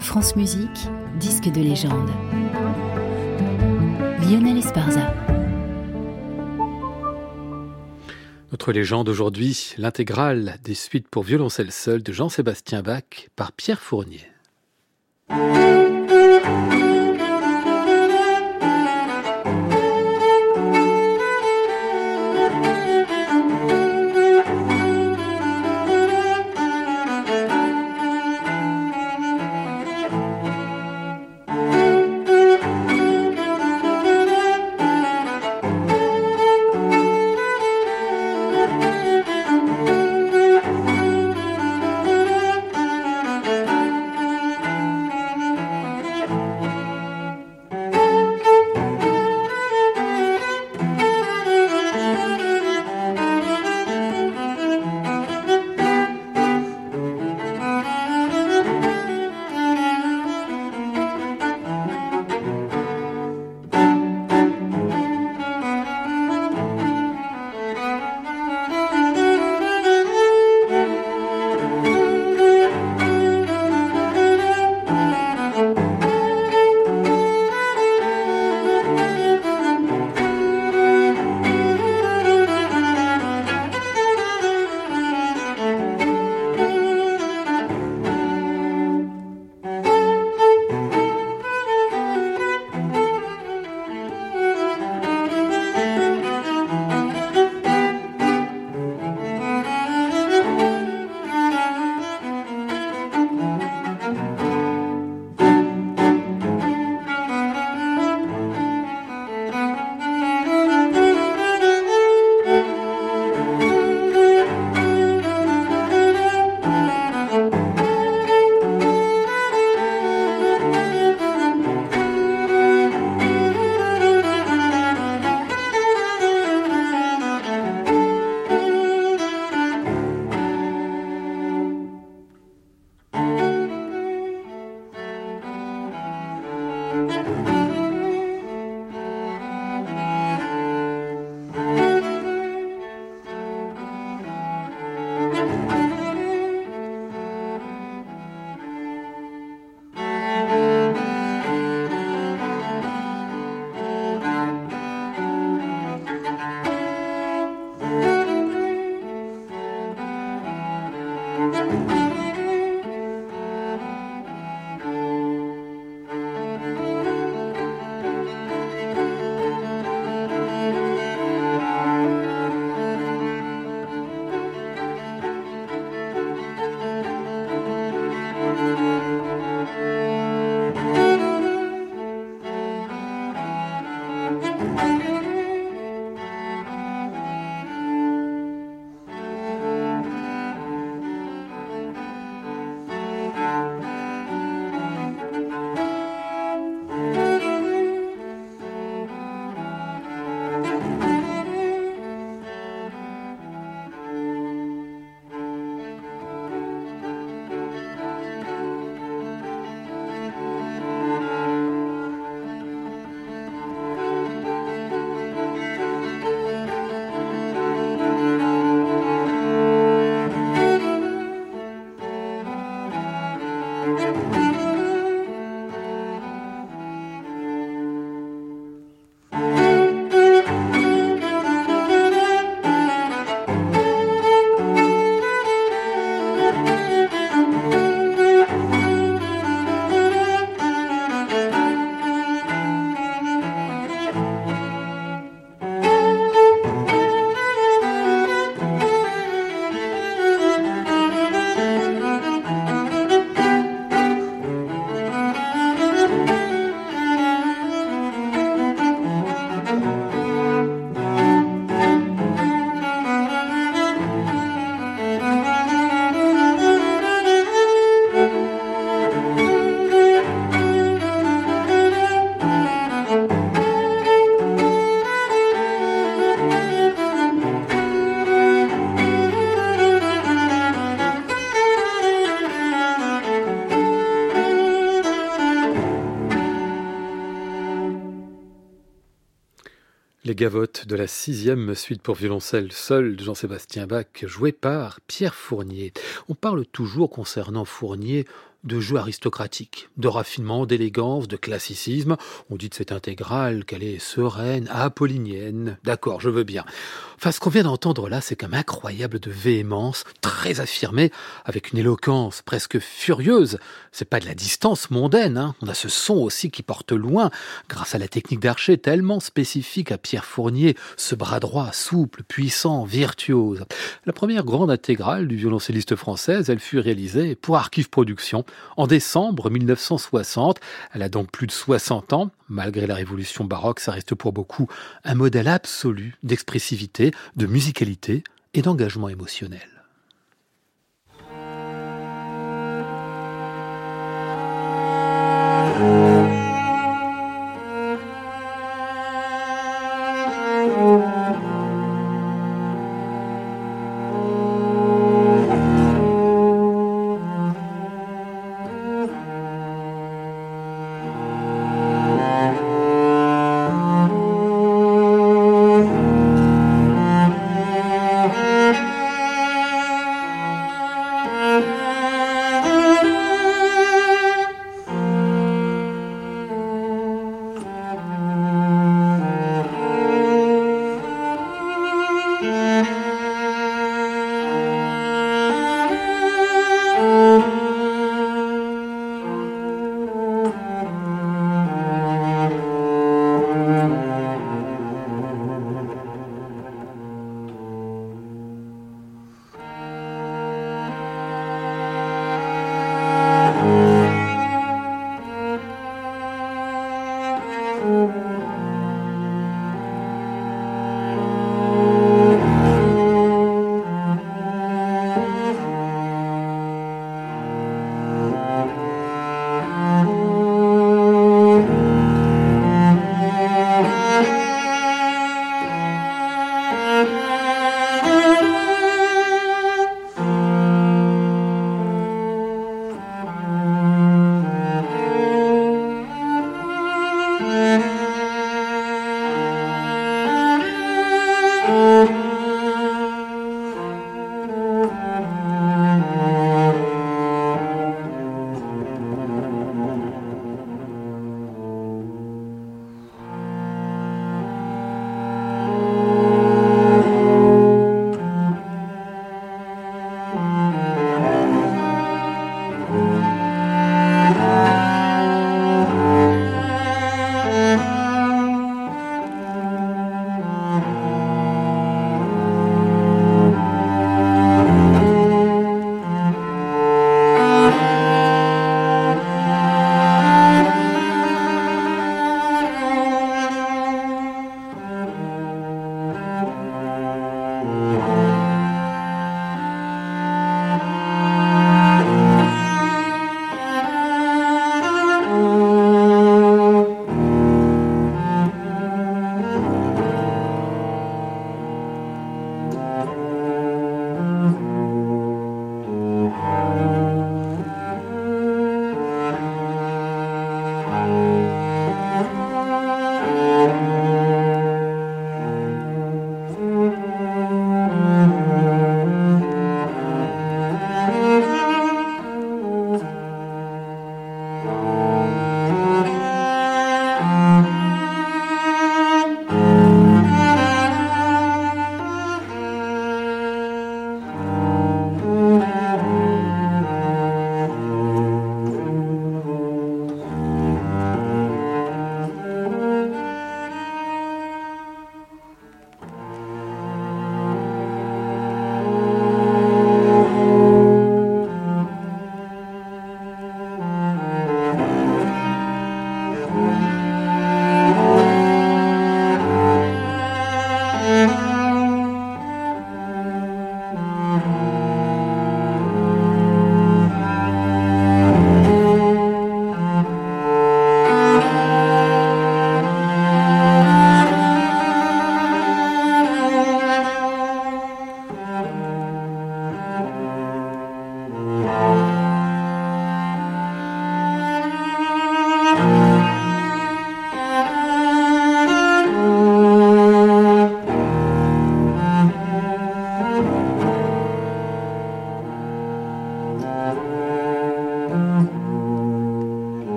France Musique, disque de légende. Lionel Esparza. Notre légende aujourd'hui, l'intégrale des suites pour violoncelle seul de Jean-Sébastien Bach par Pierre Fournier. Les gavottes de la 6e suite pour violoncelle seul de Jean-Sébastien Bach, jouée par Pierre Fournier. On parle toujours concernant Fournier de jeu aristocratique, de raffinement, d'élégance, de classicisme. On dit de cette intégrale qu'elle est sereine, apollinienne. D'accord, je veux bien. Enfin, ce qu'on vient d'entendre là, c'est quand même incroyable de véhémence, très affirmée, avec une éloquence presque furieuse. C'est pas de la distance mondaine, hein. On a ce son aussi qui porte loin, grâce à la technique d'archet tellement spécifique à Pierre Fournier, ce bras droit, souple, puissant, virtuose. La première grande intégrale du violoncelliste française, elle fut réalisée pour Archive Productions en décembre 1960. Elle a donc plus de 60 ans. Malgré la révolution baroque, ça reste pour beaucoup un modèle absolu d'expressivité, de musicalité et d'engagement émotionnel.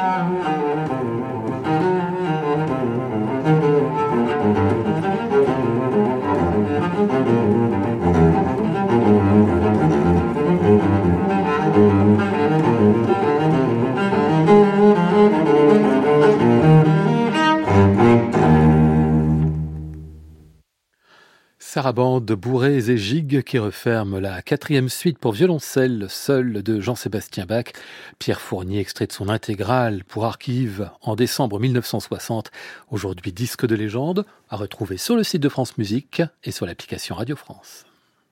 Sarabande, Bourrées et Gigues qui referme la 4e suite pour violoncelle seul de Jean-Sébastien Bach. Pierre Fournier, extrait de son intégrale pour Archives en décembre 1960. Aujourd'hui disque de légende, à retrouver sur le site de France Musique et sur l'application Radio France.